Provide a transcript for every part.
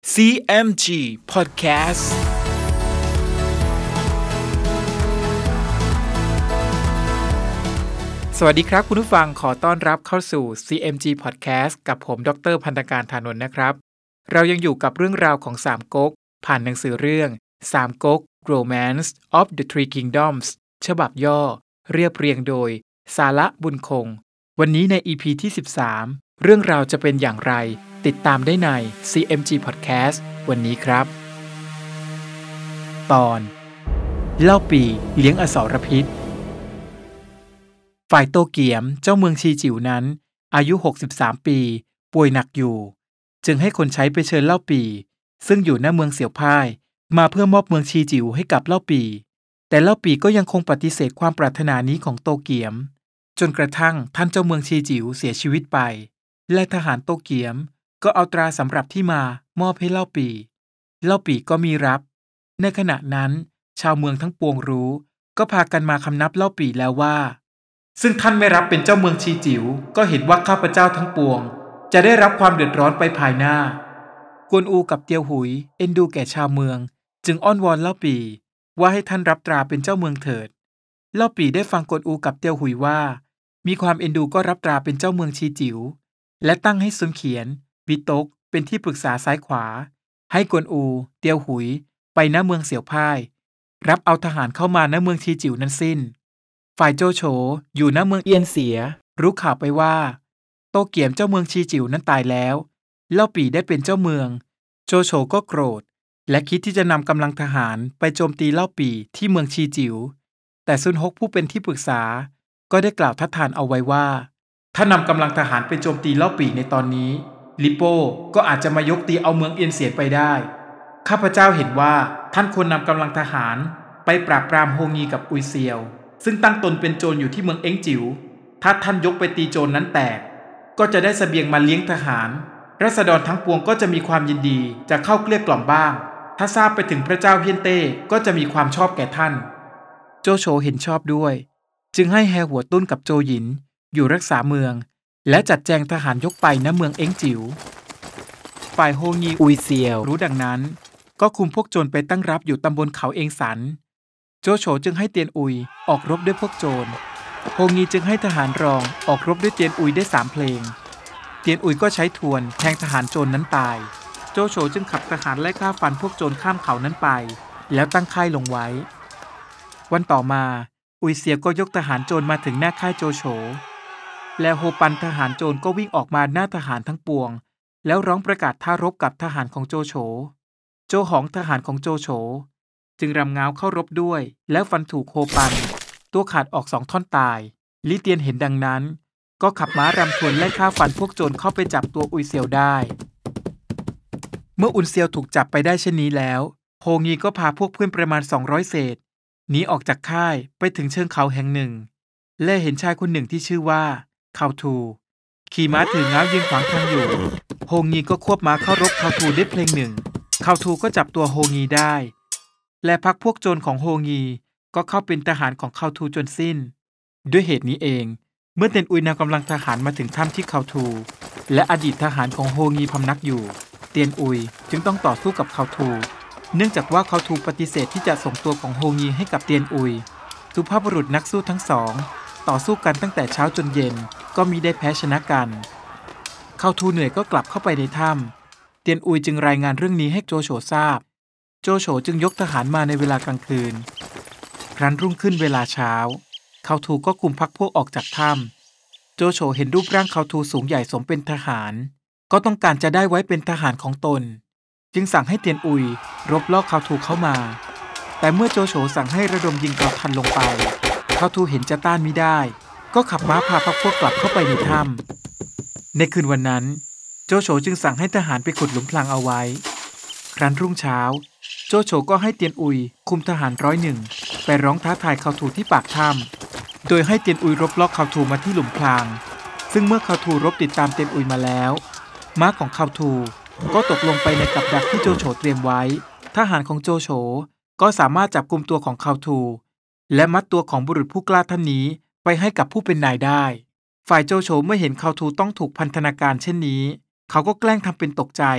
CMG Podcast สวัสดีครับคุณผู้ฟังขอต้อนรับเข้าสู่ CMG Podcast กับผมดร.พันธการธานนท์นะครับเรายังอยู่กับเรื่องราวของสามก๊กผ่านหนังสือเรื่องสามก๊ก Romance of the Three Kingdoms ฉบับย่อเรียบเรียงโดยสาระบุญคงวันนี้ใน EP ที่ 13 เรื่องราวจะเป็นอย่างไรติดตามได้ใน CMG Podcast วันนี้ครับตอนเล่าปี่เลี้ยงอสรพิษฝ่ายโตเกียมเจ้าเมืองชีจิ๋วนั้นอายุ63ปีป่วยหนักอยู่จึงให้คนใช้ไปเชิญเล่าปี่ซึ่งอยู่หน้าเมืองเสี่ยวพ่ายมาเพื่อมอบเมืองชีจิ๋วให้กับเล่าปี่แต่เล่าปี่ก็ยังคงปฏิเสธความปรารถนานี้ของโตเกียมจนกระทั่งท่านเจ้าเมืองชีจิ๋วเสียชีวิตไปและทหารโตเกียมก็เอาตราสำหรับที่มามอบให้เล่าปี่ก็มีรับในขณะนั้นชาวเมืองทั้งปวงรู้ก็พากันมาคำนับเล่าปี่แล้วว่าซึ่งท่านไม่รับเป็นเจ้าเมืองชีจิ๋วก็เห็นว่าข้าพเจ้าทั้งปวงจะได้รับความเดือดร้อนไปภายหน้ากวนอูกับเตียวหุยเอ็นดูแก่ชาวเมืองจึงอ้อนวอนเล่าปี่ว่าให้ท่านรับตราเป็นเจ้าเมืองเถิดเล่าปี่ได้ฟังกวนอูกับเตียวหุยว่ามีความเอ็นดูก็รับตราเป็นเจ้าเมืองชีจิ๋วและตั้งให้ซุนเขียนวิตกเป็นที่ปรึกษาซ้ายขวาให้กวนอูเตียวหุยไปณเมืองเสี่ยวพ่ายรับเอาทหารเข้ามาณเมืองชีจิ๋วนั้นสิ้นฝ่ายโจโฉอยู่ณเมืองเอียนเสียรู้ข่าวไปว่าโตเกียมเจ้าเมืองชีจิ๋วนั้นตายแล้วเล่าปี่ได้เป็นเจ้าเมืองโจโฉก็โกรธและคิดที่จะนำกำลังทหารไปโจมตีเล่าปี่ที่เมืองชีจิ๋วแต่ซุนฮกผู้เป็นที่ปรึกษาก็ได้กล่าวทัดทานเอาไว้ว่าถ้านำกำลังทหารไปโจมตีเล่าปี่ในตอนนี้ลิโป้ก็อาจจะมายกตีเอาเมืองเอียนเสียไปได้ข้าพเจ้าเห็นว่าท่านควรนำกำลังทหารไปปราบปรามโฮงีกับอุยเซียวซึ่งตั้งตนเป็นโจรอยู่ที่เมืองเอ็งจิ๋วถ้าท่านยกไปตีโจรนั้นแตกก็จะได้เสบียงมาเลี้ยงทหารราษฎรทั้งปวงก็จะมีความยินดีจะเข้าเกลี้ยกล่อมบ้างถ้าทราบไปถึงพระเจ้าเฮียนเต้ก็จะมีความชอบแก่ท่านโจโฉเห็นชอบด้วยจึงให้แฮหัวตุ้นกับโจหยินอยู่รักษาเมืองและจัดแจงทหารยกไปณเมืองเอ็งจิ๋วฝ่ายโฮงีอุยเซียวรู้ดังนั้นก็คุมพวกโจรไปตั้งรับอยู่ตำบลเขาเองสันโจโฉจึงให้เตียนอุยออกรบด้วยพวกโจรโฮงีจึงให้ทหารรองออกรบด้วยเตียนอุยได้3เพลงเตียนอุยก็ใช้ทวนแทงทหารโจรนั้นตายโจโฉจึงขับทหารไล่ฆ่าฟันพวกโจรข้ามเขานั้นไปแล้วตั้งค่ายลงไว้วันต่อมาอุยเซียก็ยกทหารโจรมาถึงหน้าค่ายโจโฉและโฮปันทหารโจรก็วิ่งออกมาหน้าทหารทั้งปวงแล้วร้องประกาศท่ารบกับทหารของโจโฉโจหองทหารของโจโฉจึงรำง้าวเข้ารบด้วยแล้วฟันถูกโฮปันตัวขาดออก2 ท่อนตายลิเตียนเห็นดังนั้นก็ขับม้ารำทวนไล่ฆ่าฟันพวกโจรเข้าไปจับตัวอุยเซียวได้เมื่ออุยเซียวถูกจับไปได้เช่นนี้แล้วโฮงีก็พาพวกเพื่อนประมาณ200เศษหนีออกจากค่ายไปถึงเชิงเขาแห่งหนึ่งและเห็นชายคนหนึ่งที่ชื่อว่าคาวทูขี่ม้าถือง้าวยืนขวางทางอยู่โฮงีก็ควบม้าเข้ารบคาวทูได้เพลงหนึ่งคาวทูก็จับตัวโฮงีได้และพรรคพวกโจรของโฮงีก็เข้าเป็นทหารของคาวทูจนสิ้นด้วยเหตุนี้เองเมื่อเตียนอุยนำกำลังทหารมาถึงถ้ำที่คาวทูและอดีตทหารของโฮงีพำนักอยู่เตียนอุยจึงต้องต่อสู้กับคาวทูเนื่องจากว่าคาวทูปฏิเสธที่จะส่งตัวของโฮงีให้กับเตียนอุยสุภาพบุรุษนักสู้ทั้งสองต่อสู้กันตั้งแต่เช้าจนเย็นก็มิได้แพ้ชนะกันคาวทูเหนื่อยก็กลับเข้าไปในถ้ำเตียนอุยจึงรายงานเรื่องนี้ให้โจโฉทราบโจโฉจึงยกทหารมาในเวลากลางคืนครั้นรุ่งขึ้นเวลาเช้าคาวทูก็คุมพรรคพวกออกจากถ้ำโจโฉเห็นรูปร่างคาวทูสูงใหญ่สมเป็นทหารก็ต้องการจะได้ไว้เป็นทหารของตนจึงสั่งให้เตียนอุยรบล่อคาวทูเข้ามาแต่เมื่อโจโฉสั่งให้ระดมยิงกระทันลงไปคาวทูเห็นจะต้านมิได้ก็ขับม้าพาพรรคพวกกลับเข้าไปในถ้ำในคืนวันนั้นโจโฉจึงสั่งให้ทหารไปขุดหลุมพรางเอาไว้ครั้นรุ่งเช้าโจโฉก็ให้เตียนอุยคุมทหาร101ไปร้องท้าทายคาวทูที่ปากถ้ำโดยให้เตียนอุยรบล็อกคาวทูมาที่หลุมพรางซึ่งเมื่อคาวทูรบติดตามเตียนอุยมาแล้วม้าของคาวทูก็ตกลงไปในกับดักที่โจโฉเตรียมไว้ทหารของโจโฉก็สามารถจับกุมตัวของคาวทูและมัดตัวของบุรุษผู้กล้าท่านนี้ไปให้กับผู้เป็นนายได้ฝ่ายโจโฉเมื่อเห็นคาวทูต้องถูกพันธนาการเช่นนี้เขาก็แกล้งทำเป็นตกใจ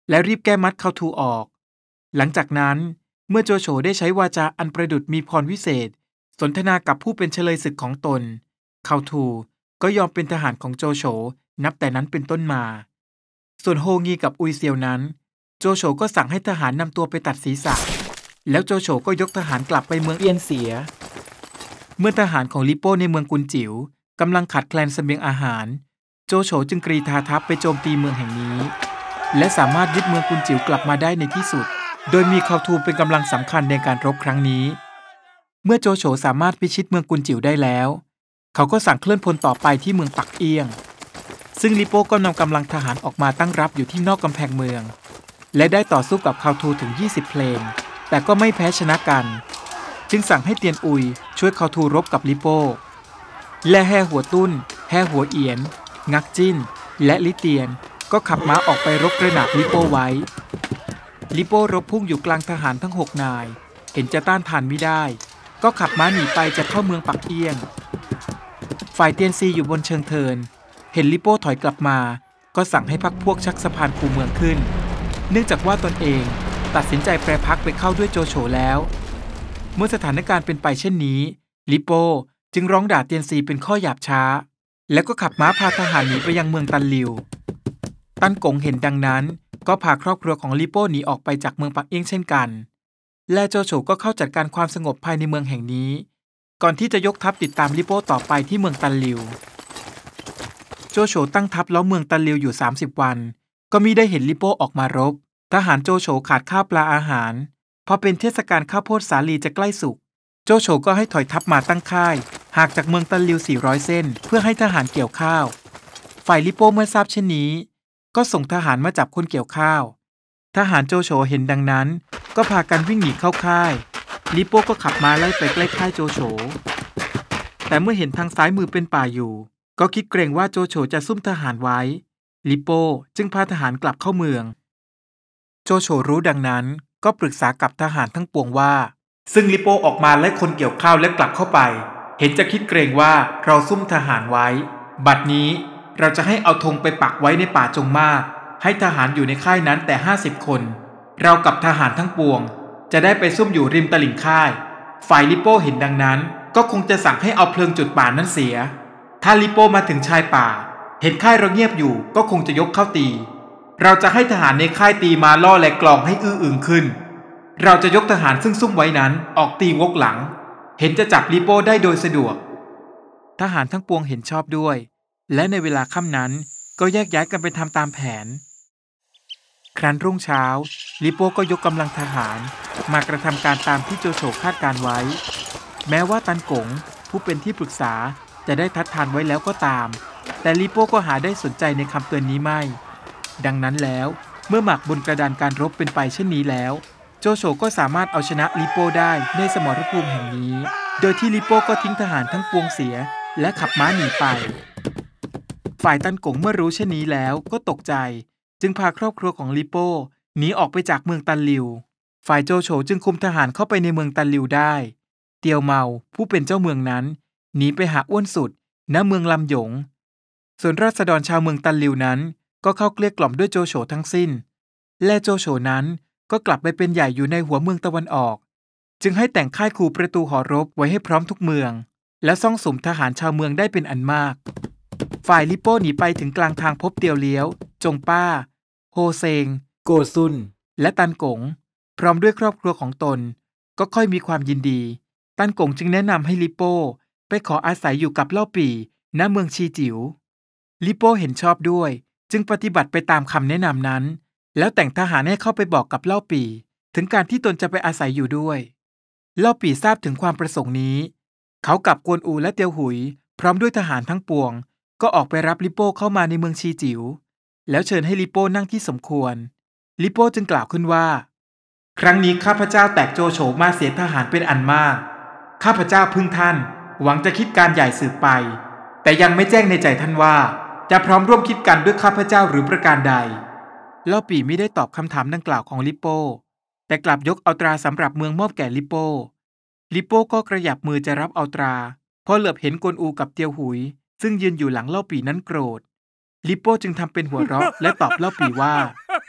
และรีบแก้มัดเขาทูออกหลังจากนั้นเมื่อโจโฉได้ใช้วาจาอันประดุจมีพรวิเศษสนทนากับผู้เป็นเฉลยศึกของตนเขาทูก็ยอมเป็นทหารของโจโฉนับแต่นั้นเป็นต้นมาส่วนโฮงีกับอุยเซียวนั้นโจโฉก็สั่งให้ทหารนำตัวไปตัดศีรษะแล้วโจโฉก็ยกทหารกลับไปเมืองเอียนเสียเมื่อทหารของลิโป้ในเมืองกุนจิ๋วกำลังขาดแคลนเสบียงอาหารโจโฉจึงกรีธาทัพไปโจมตีเมืองแห่งนี้และสามารถยึดเมืองกุนจิ๋วกลับมาได้ในที่สุดโดยมีเขาทูเป็นกำลังสำคัญในการรบครั้งนี้เมื่อโจโฉสามารถพิชิตเมืองกุนจิ๋วได้แล้วเขาก็สั่งเคลื่อนพลต่อไปที่เมืองปักเอี้ยงซึ่งลิโป้ก็นำกำลังทหารออกมาตั้งรับอยู่ที่นอกกำแพงเมืองและได้ต่อสู้กับเขาทูถึง20เพลงแต่ก็ไม่แพ้ชนะกันจึงสั่งให้เตียนอุยช่วยเขาทูรบกับลิโป้และแห่หัวตุ้นแห่หัวเอียนงักจิ้นและลิเตียนก็ขับม้าออกไปรบกระหน่ำลิโป้ไว้ลิโป้รบพุ่งอยู่กลางทหารทั้ง6นายเห็นจะต้านทานไม่ได้ก็ขับม้าหนีไปจะเข้าเมืองปักเอี้ยงฝ่ายเตียนซีอยู่บนเชิงเทินเห็นลิโป้ถอยกลับมาก็สั่งให้พรรคพวกชักสะพานคูเมืองขึ้นเนื่องจากว่าตนเองตัดสินใจแปรพรรคไปเข้าด้วยโจโฉแล้วเมื่อสถานการณ์เป็นไปเช่นนี้ลิโป้จึงร้องด่าเตียนซีเป็นข้อหยาบช้าแล้วก็ขับม้าพาทหารหนีไปยังเมืองตันลิวตันกงเห็นดังนั้นก็พาครอบครัวของลิโป้หนีออกไปจากเมืองปักเอี้ยงเช่นกันและโจโฉก็เข้าจัดการความสงบภายในเมืองแห่งนี้ก่อนที่จะยกทัพติดตามลิโป้ต่อไปที่เมืองตันลิวโจโฉตั้งทัพล้อมเมืองตันลิวอยู่30วันก็มิได้เห็นลิโป้ออกมารบทหารโจโฉขาดข้าวปลาอาหารพอเป็นเทศกาลข้าวโพดสาลีจะใกล้สุกโจโฉก็ให้ถอยทัพมาตั้งค่ายห่างจากเมืองตันลิว400เส้นเพื่อให้ทหารเกี่ยวข้าวฝ่ายลิโป้เมื่อทราบเช่นนี้ก็ส่งทหารมาจับคนเกี่ยวข้าวทหารโจโฉเห็นดังนั้นก็พากันวิ่งหนีเข้าค่ายลิโป้ก็ขับม้าไล่ไปใกล้ค่ายโจโฉแต่เมื่อเห็นทางซ้ายมือเป็นป่าอยู่ก็คิดเกรงว่าโจโฉจะซุ่มทหารไว้ลิโป้จึงพาทหารกลับเข้าเมืองโจโฉรู้ดังนั้นก็ปรึกษากับทหารทั้งปวงว่าซึ่งลิโป้ออกมาไล่คนเกี่ยวข้าวและกลับเข้าไปเห็นจะคิดเกรงว่าเราซุ่มทหารไว้บัดนี้เราจะให้เอาธงไปปักไว้ในป่าจงมากให้ทหารอยู่ในค่ายนั้นแต่50คนเรากับทหารทั้งปวงจะได้ไปซุ่มอยู่ริมตลิ่งค่ายฝ่ายลิโป้เห็นดังนั้นก็คงจะสั่งให้เอาเพลิงจุดป่านั้นเสียถ้าลิโป้มาถึงชายป่าเห็นค่ายเราเงียบอยู่ก็คงจะยกเข้าตีเราจะให้ทหารในค่ายตีมาล่อและกลองให้อื้ออึงขึ้นเราจะยกทหารซึ่งซุ่มไว้นั้นออกตีวกหลังเห็นจะจับลิโป้ได้โดยสะดวกทหารทั้งปวงเห็นชอบด้วยและในเวลาค่ำนั้นก็แยกย้ายกันไปทำตามแผนครั้นรุ่งเช้าลิโป้ก็ยกกำลังทหารมากระทำการตามที่โจโฉคาดการไว้แม้ว่าตันกงผู้เป็นที่ปรึกษาจะได้ทัดทานไว้แล้วก็ตามแต่ลิโป้ก็หาได้สนใจในคำเตือนนี้ไม่ดังนั้นแล้วเมื่อหมากบนกระดานการรบเป็นไปเช่นนี้แล้วโจโฉก็สามารถเอาชนะลิโป้ได้ในสมรภูมิแห่งนี้โดยที่ลิโป้ก็ทิ้งทหารทั้งปวงเสียและขับม้าหนีไปฝ่ายตันกงเมื่อรู้เช่นนี้แล้วก็ตกใจจึงพาครอบครัวของลิโป้หนีออกไปจากเมืองตันลิวฝ่ายโจโฉจึงคุมทหารเข้าไปในเมืองตันลิวได้เตียวเมาผู้เป็นเจ้าเมืองนั้นหนีไปหาอ้วนสุดณเมืองลำหยงส่วนราษฎรชาวเมืองตันลิวนั้นก็เข้าเกลี้ยกล่อมด้วยโจโฉทั้งสิ้นและโจโฉนั้นก็กลับไปเป็นใหญ่อยู่ในหัวเมืองตะวันออกจึงให้แต่งค่ายคูประตูหอรบไว้ให้พร้อมทุกเมืองและซ่องสุมทหารชาวเมืองได้เป็นอันมากฝ่ายลิโป้หนีไปถึงกลางทางพบเตียวเลี้ยวจงป้าโฮเซงโกซุนและตันกงพร้อมด้วยครอบครัวของตนก็ค่อยมีความยินดีตันกงจึงแนะนำให้ลิโป้ไปขออาศัยอยู่กับเล่าปี่ณเมืองชีจิ๋วลิโป้เห็นชอบด้วยจึงปฏิบัติไปตามคำแนะนำนั้นแล้วแต่งทหารให้เข้าไปบอกกับเล่าปี่ถึงการที่ตนจะไปอาศัยอยู่ด้วยเล่าปี่ทราบถึงความประสงค์นี้เขากับกวนอูและเตียวหุยพร้อมด้วยทหารทั้งปวงก็ออกไปรับลิโป้เข้ามาในเมืองชีจิ๋วแล้วเชิญให้ลิโป้นั่งที่สมควรลิโป้จึงกล่าวขึ้นว่าครั้งนี้ข้าพเจ้าแตกโจโฉมาเสียทหารเป็นอันมากข้าพเจ้าพึ่งท่านหวังจะคิดการใหญ่สืบไปแต่ยังไม่แจ้งในใจท่านว่าจะพร้อมร่วมคิดกันด้วยข้าพเจ้าหรือประการใดเล่าปี่ไม่ได้ตอบคำถามดังกล่าวของลิโป้แต่กลับยกเอาตราสำหรับเมืองมอบแก่ลิโป้ลิโป้ก็กระยับมือจะรับเอาตราพอเหลือบเห็นกวนอูกับเตียวหุยซึ่งยืนอยู่หลังเล่าปี่นั้นโกรธลิโป้จึงทำเป็นหัวเราะและตอบเล่าปี่ว่า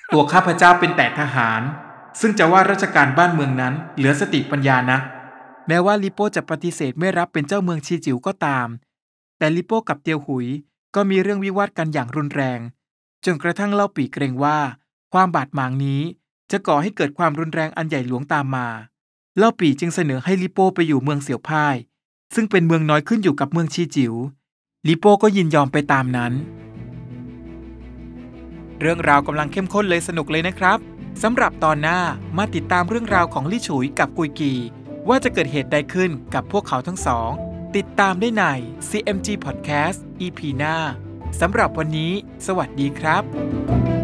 ตัวข้าพเจ้าเป็นแต่ทหารซึ่งจะว่าราชการบ้านเมืองนั้นเหลือสติปัญญานะแม้ว่าลิโป้จะปฏิเสธไม่รับเป็นเจ้าเมืองชีจิ๋วก็ตามแต่ลิโป้กับเตียวหุยก็มีเรื่องวิวาทกันอย่างรุนแรงจนกระทั่งเล่าปี่เกรงว่าความบาดหมางนี้จะก่อให้เกิดความรุนแรงอันใหญ่หลวงตามมาเล่าปี่จึงเสนอให้ลิโป้ไปอยู่เมืองเสี่ยวพ่ายซึ่งเป็นเมืองน้อยขึ้นอยู่กับเมืองชีจิ๋วลิโป้ก็ยินยอมไปตามนั้นเรื่องราวกำลังเข้มข้นเลยสนุกเลยนะครับสำหรับตอนหน้ามาติดตามเรื่องราวของลี่ฉุยกับกุยกีว่าจะเกิดเหตุใดขึ้นกับพวกเขาทั้งสองติดตามได้ใน CMG Podcast EP หน้าสำหรับวันนี้สวัสดีครับ